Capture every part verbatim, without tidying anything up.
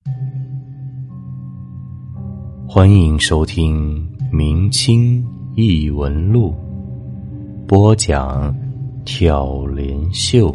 欢迎收听明清异闻录，播讲挑帘秀。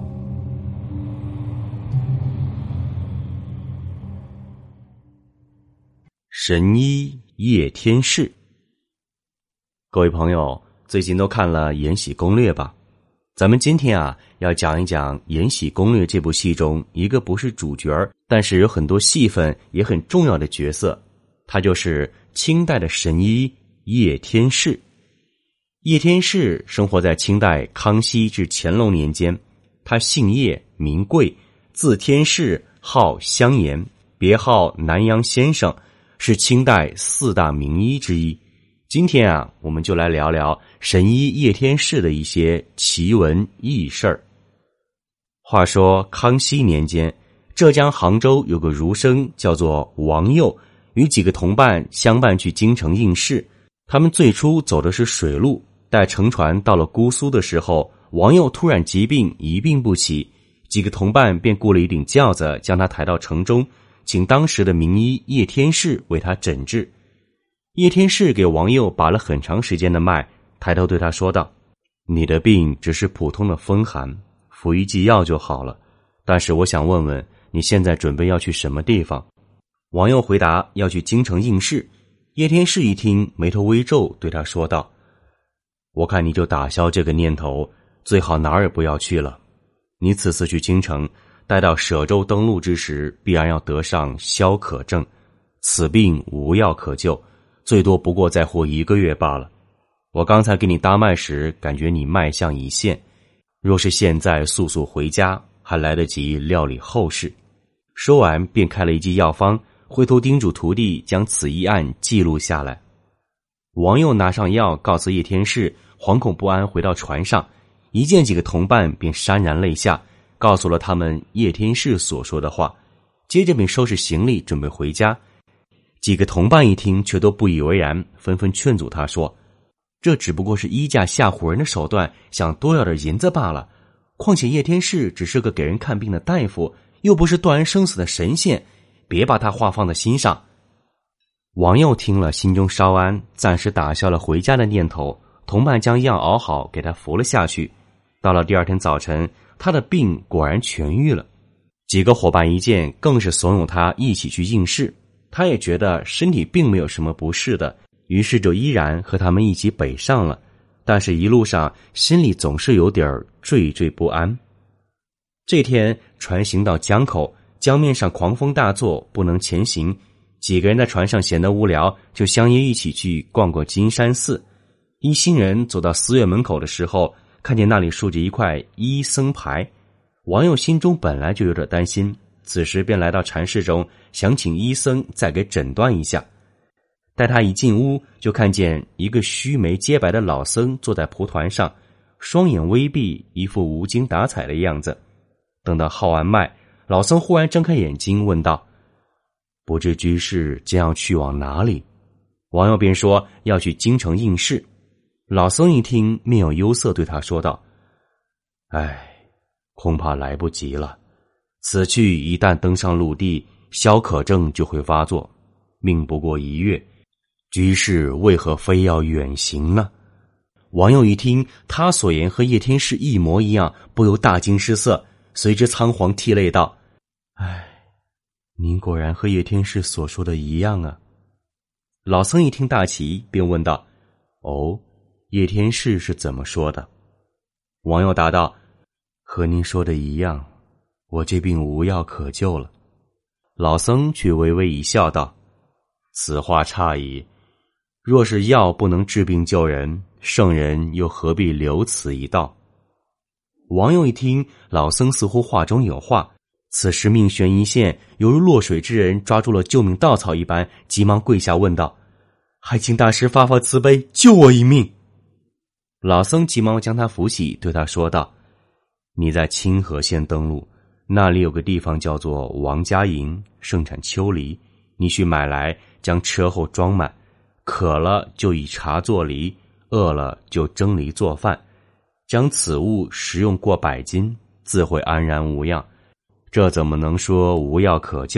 神医叶天士。各位朋友，最近都看了《延禧攻略》吧？咱们今天啊，要讲一讲《延禧攻略》这部戏中一个不是主角，但是有很多戏份也很重要的角色，他就是清代的神医叶天士。叶天士生活在清代康熙至乾隆年间，他姓叶，名贵，字天士，号香言，别号南阳先生，是清代四大名医之一。今天啊，我们就来聊聊神医叶天士的一些奇闻异事儿。话说康熙年间，浙江杭州有个儒生叫做王佑，与几个同伴相伴去京城应试。他们最初走的是水路，待乘船到了姑苏的时候，王佑突然疾病一病不起，几个同伴便雇了一顶轿子将他抬到城中，请当时的名医叶天士为他诊治。叶天士给王佑把了很长时间的脉，抬头对他说道：你的病只是普通的风寒，服一剂药就好了，但是我想问问你现在准备要去什么地方？王佑回答要去京城应试。叶天士一听，眉头微皱，对他说道：我看你就打消这个念头，最好哪儿也不要去了。你此次去京城，待到舍州登陆之时，必然要得上消渴症，此病无药可救，最多不过再活一个月罢了。我刚才给你搭脉时，感觉你脉象已现，若是现在速速回家，还来得及料理后事。说完便开了一剂药方，回头叮嘱徒弟将此一案记录下来。王佑拿上药，告诉叶天士，惶恐不安回到船上，一见几个同伴便潸然泪下，告诉了他们叶天士所说的话，接着便收拾行李准备回家。几个同伴一听却都不以为然，纷纷劝阻他说：这只不过是医家吓唬人的手段，想多要点银子罢了，况且叶天士只是个给人看病的大夫，又不是断人生死的神仙，别把他话放在心上。王佑听了，心中稍安，暂时打消了回家的念头，同伴将药熬好给他服了下去。到了第二天早晨，他的病果然痊愈了。几个伙伴一见，更是怂恿他一起去应试。他也觉得身体并没有什么不适的，于是就依然和他们一起北上了。但是一路上心里总是有点惴惴不安。这天船行到江口，江面上狂风大作，不能前行。几个人在船上闲得无聊，就相约一起去逛过金山寺。一行人走到寺院门口的时候，看见那里竖着一块医僧牌。王佑心中本来就有点担心，此时便来到禅室中，想请医僧再给诊断一下。待他一进屋，就看见一个须眉洁白的老僧坐在蒲团上，双眼微闭，一副无精打采的样子。等到号完脉，老僧忽然睁开眼睛问道：不知居士将要去往哪里？王佑便说要去京城应试。老僧一听，面有忧色，对他说道：唉，恐怕来不及了，此去一旦登上陆地，消渴症就会发作，命不过一月，居士为何非要远行呢？王佑一听他所言和叶天士一模一样，不由大惊失色，随之仓皇涕泪道：唉，您果然和叶天士所说的一样啊。老僧一听大奇，便问道：哦，叶天士是怎么说的？王佑答道：和您说的一样，我这病无药可救了。老僧却微微一笑道：此话差矣，若是药不能治病救人，圣人又何必留此一道？王佑一听，老僧似乎话中有话，此时命悬一线，犹如落水之人抓住了救命稻草一般，急忙跪下问道：还请大师发发慈悲，救我一命。老僧急忙将他扶起，对他说道：你在清河县登陆，那里有个地方叫做王家营，盛产秋梨，你去买来，将车后装满，渴了就以茶做梨，饿了就蒸梨做饭，将此物食用过百斤，自会安然无恙。这怎么能说无药可救，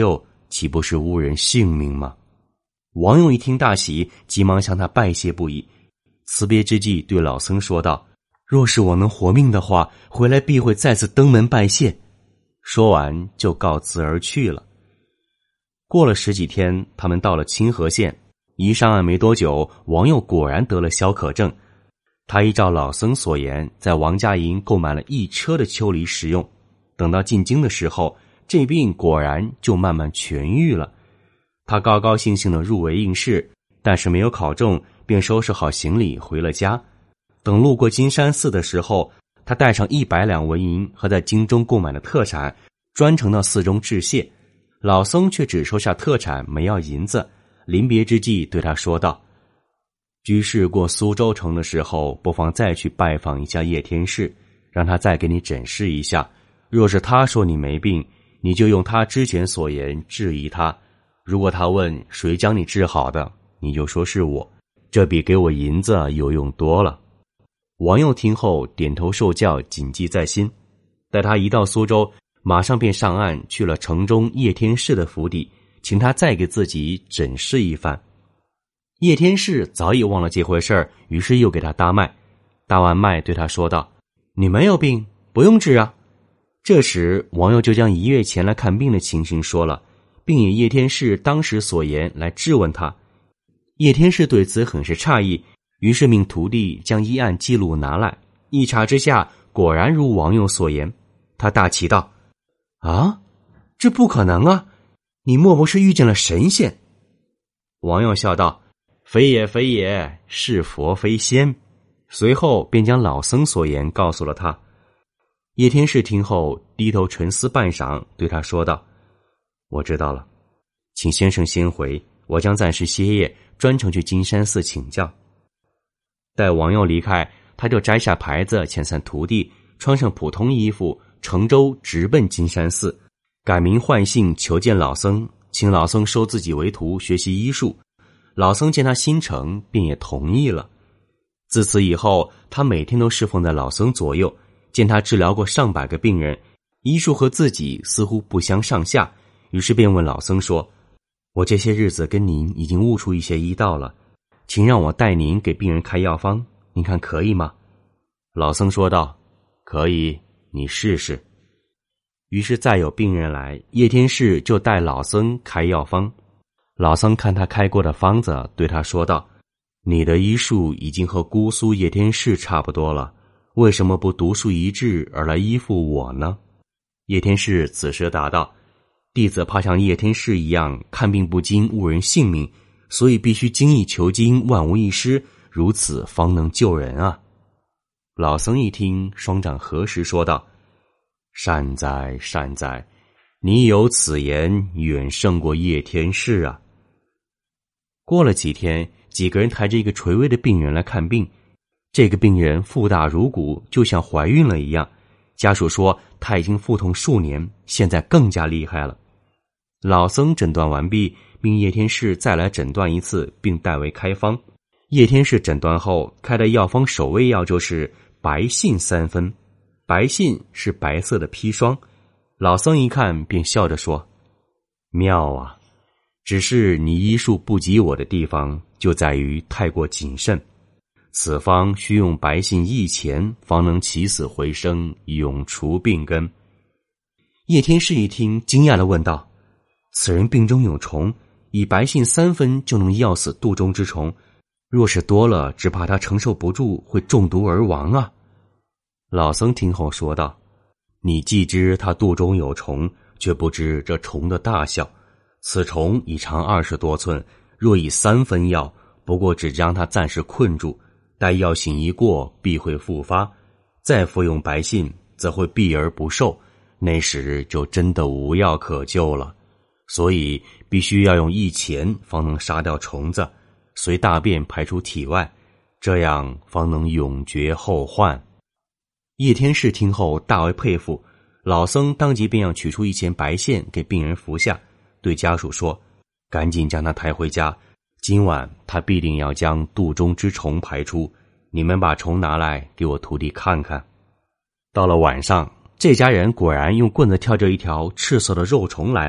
岂不是污人性命吗？王用一听大喜，急忙向他拜谢不已。辞别之际，对老僧说道：若是我能活命的话，回来必会再次登门拜谢。说完就告辞而去了。过了十几天，他们到了清河县，一上岸没多久，王佑果然得了消渴症。他依照老僧所言，在王家营购买了一车的秋梨食用。等到进京的时候，这病果然就慢慢痊愈了。他高高兴兴地入围应试，但是没有考中，便收拾好行李回了家。等路过金山寺的时候，他带上一百两纹银和在京中购买的特产，专程到寺中致谢。老僧却只收下特产，没要银子。临别之际，对他说道：居士过苏州城的时候，不妨再去拜访一下叶天士，让他再给你诊视一下。若是他说你没病，你就用他之前所言质疑他。如果他问谁将你治好的，你就说是我，这比给我银子有用多了。王佑听后点头受教，谨记在心。待他一到苏州，马上便上岸去了城中叶天士的府邸，请他再给自己诊视一番。叶天士早已忘了这回事儿，于是又给他搭脉。搭完脉对他说道：你没有病，不用治啊。这时王佑就将一月前来看病的情形说了，并以叶天士当时所言来质问他。叶天士对此很是诧异，于是命徒弟将医案记录拿来，一查之下，果然如王佑所言。他大奇道：啊，这不可能啊，你莫不是遇见了神仙？王佑笑道：非也非也，是佛非仙。随后便将老僧所言告诉了他。叶天士听后低头沉思半晌，对他说道：我知道了，请先生先回，我将暂时歇业，专程去金山寺请教。待王佑离开，他就摘下牌子遣散徒弟，穿上普通衣服，乘舟直奔金山寺，改名换姓求见老僧，请老僧收自己为徒学习医术。老僧见他心诚，便也同意了。自此以后，他每天都侍奉在老僧左右，见他治疗过上百个病人，医术和自己似乎不相上下，于是便问老僧说：我这些日子跟您已经悟出一些医道了，请让我带您给病人开药方，您看可以吗？老僧说道：可以，你试试。于是再有病人来，叶天士就带老僧开药方。老僧看他开过的方子，对他说道：你的医术已经和姑苏叶天士差不多了，为什么不独树一帜而来依附我呢？叶天士此时答道：弟子怕像叶天士一样看病不精，误人性命，所以必须精益求精，万无一失，如此方能救人啊。老僧一听，双掌合十说道：善哉善哉，你有此言，远胜过叶天士啊。过了几天，几个人抬着一个垂危的病人来看病。这个病人腹大如鼓，就像怀孕了一样。家属说他已经腹痛数年，现在更加厉害了。老僧诊断完毕，命叶天士再来诊断一次，并代为开方。叶天士诊断后开的药方首位药就是白杏三分。白杏是白色的砒霜。老僧一看便笑着说：妙啊，只是你医术不及我的地方就在于太过谨慎，此方需用白杏一钱，方能起死回生，永除病根。叶天士一听，惊讶地问道：此人病中有虫，以白杏三分就能药死肚中之虫，若是多了，只怕他承受不住，会中毒而亡啊。老僧听后说道：你既知他肚中有虫，却不知这虫的大小。此虫已长二十多寸，若以三分药，不过只将它暂时困住，待药性一过，必会复发。再服用白杏，则会避而不受，那时就真的无药可救了。所以必须要用一钱方能杀掉虫子，随大便排出体外，这样方能永绝后患。叶天士听后大为佩服，老僧当即便要取出一钱白线给病人服下，对家属说：赶紧将他抬回家，今晚他必定要将肚中之虫排出，你们把虫拿来给我徒弟看看。到了晚上，这家人果然用棍子挑着一条赤色的肉虫来了，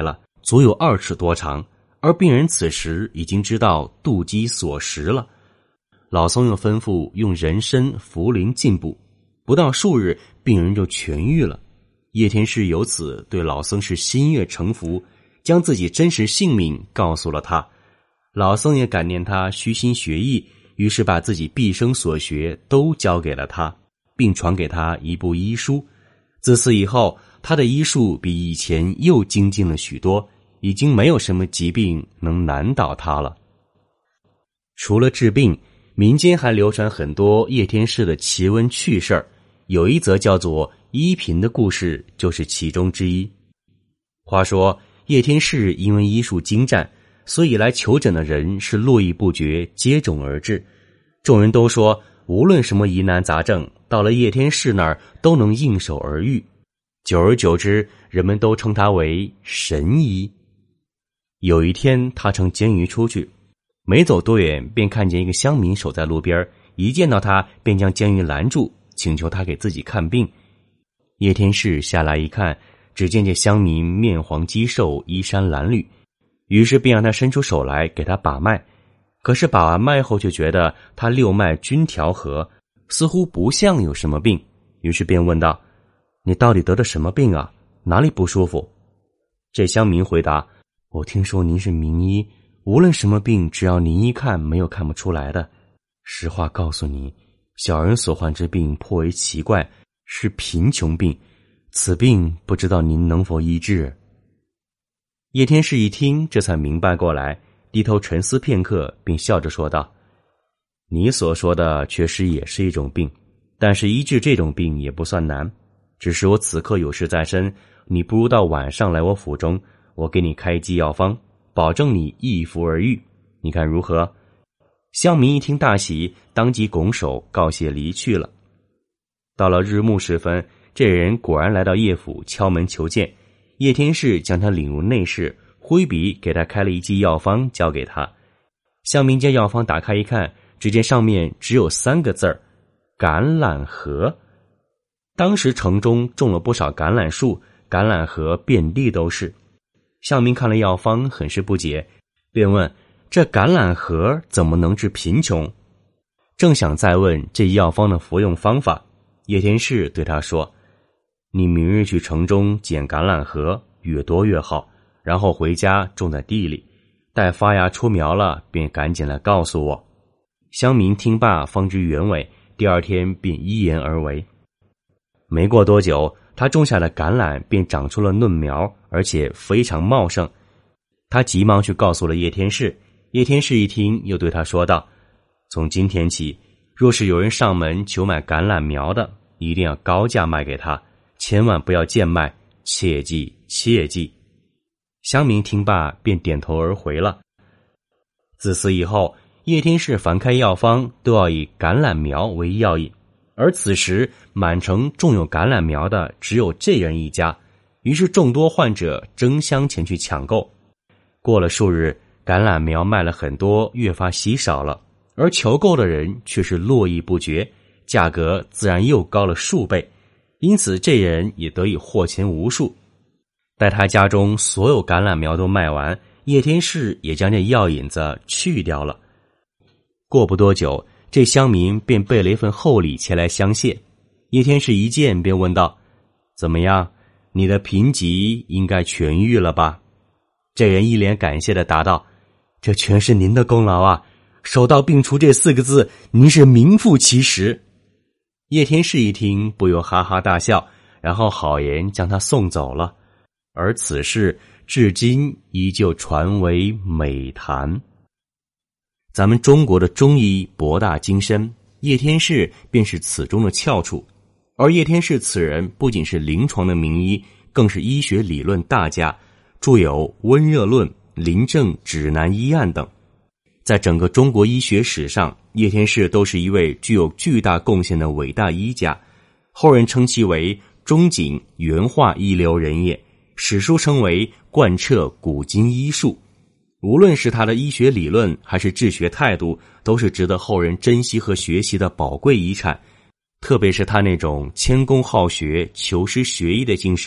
足有二尺多长，而病人此时已经知道肚肌所食了。老僧又吩咐用人参、茯苓进补，不到数日，病人就痊愈了。叶天士由此对老僧是心悦诚服，将自己真实姓名告诉了他。老僧也感念他虚心学艺，于是把自己毕生所学都交给了他，并传给他一部医书。自此以后，他的医术比以前又精进了许多，已经没有什么疾病能难倒他了。除了治病，民间还流传很多叶天士的奇闻趣事儿，有一则叫做医贫的故事就是其中之一。话说叶天士因为医术精湛，所以来求诊的人是络绎不绝，接踵而至。众人都说无论什么疑难杂症，到了叶天士那儿都能应手而愈。久而久之，人们都称他为神医。有一天他乘监鱼出去，没走多远便看见一个乡民守在路边，一见到他便将监鱼拦住，请求他给自己看病。叶天士下来一看，只见这乡民面黄肌瘦，衣衫褴褛，于是便让他伸出手来给他把脉。可是把完脉后却觉得他六脉均调和，似乎不像有什么病，于是便问道：你到底得的什么病啊？哪里不舒服？这乡民回答：我听说您是名医，无论什么病，只要您一看，没有看不出来的。实话告诉你，小人所患之病颇为奇怪，是贫穷病，此病不知道您能否医治。叶天士一听，这才明白过来，低头沉思片刻，并笑着说道：你所说的确实也是一种病，但是医治这种病也不算难，只是我此刻有事在身，你不如到晚上来我府中，我给你开剂药方，保证你一服而愈，你看如何？乡民一听大喜，当即拱手告谢离去了。到了日暮时分，这人果然来到叶府敲门求见。叶天士将他领入内室，挥笔给他开了一剂药方交给他。乡民将药方打开一看，只见上面只有三个字儿：橄榄核。当时城中种了不少橄榄树，橄榄核遍地都是。乡民看了药方很是不解，便问：这橄榄核怎么能治贫穷？正想再问这药方的服用方法，叶天士对他说：你明日去城中捡橄榄核，越多越好，然后回家种在地里，待发芽出苗了，便赶紧来告诉我。乡民听罢方知原委，第二天便依言而为。没过多久，他种下的橄榄便长出了嫩苗，而且非常茂盛。他急忙去告诉了叶天士。叶天士一听，又对他说道：从今天起，若是有人上门求买橄榄苗的，一定要高价卖给他，千万不要贱卖，切记切记。乡民听罢便点头而回了。自此以后，叶天士凡开药方都要以橄榄苗为药引，而此时满城种有橄榄苗的只有这人一家，于是众多患者争相前去抢购。过了数日，橄榄苗卖了很多，越发稀少了，而求购的人却是络绎不绝，价格自然又高了数倍，因此这人也得以获钱无数。待他家中所有橄榄苗都卖完，叶天士也将这药引子去掉了。过不多久，这乡民便备了一份厚礼前来相谢。叶天士一见便问道：怎么样，你的贫疾应该痊愈了吧？这人一脸感谢地答道：这全是您的功劳啊，手到病除这四个字，您是名副其实。叶天士一听，不由哈哈大笑，然后好言将他送走了。而此事至今依旧传为美谈。咱们中国的中医博大精深，叶天士便是此中的翘楚。而叶天士此人不仅是临床的名医，更是医学理论大家，著有《温热论》《临症指南医案》等。在整个中国医学史上，叶天士都是一位具有巨大贡献的伟大医家，后人称其为中景元化一流人也，史书称为贯彻古今医术。无论是他的医学理论还是治学态度，都是值得后人珍惜和学习的宝贵遗产。特别是他那种谦恭好学、求师学艺的精神，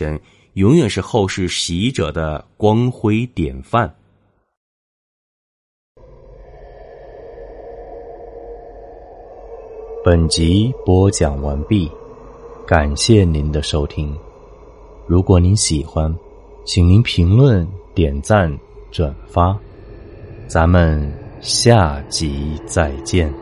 永远是后世习医者的光辉典范。本集播讲完毕，感谢您的收听。如果您喜欢，请您评论、点赞、转发。咱们下集再见。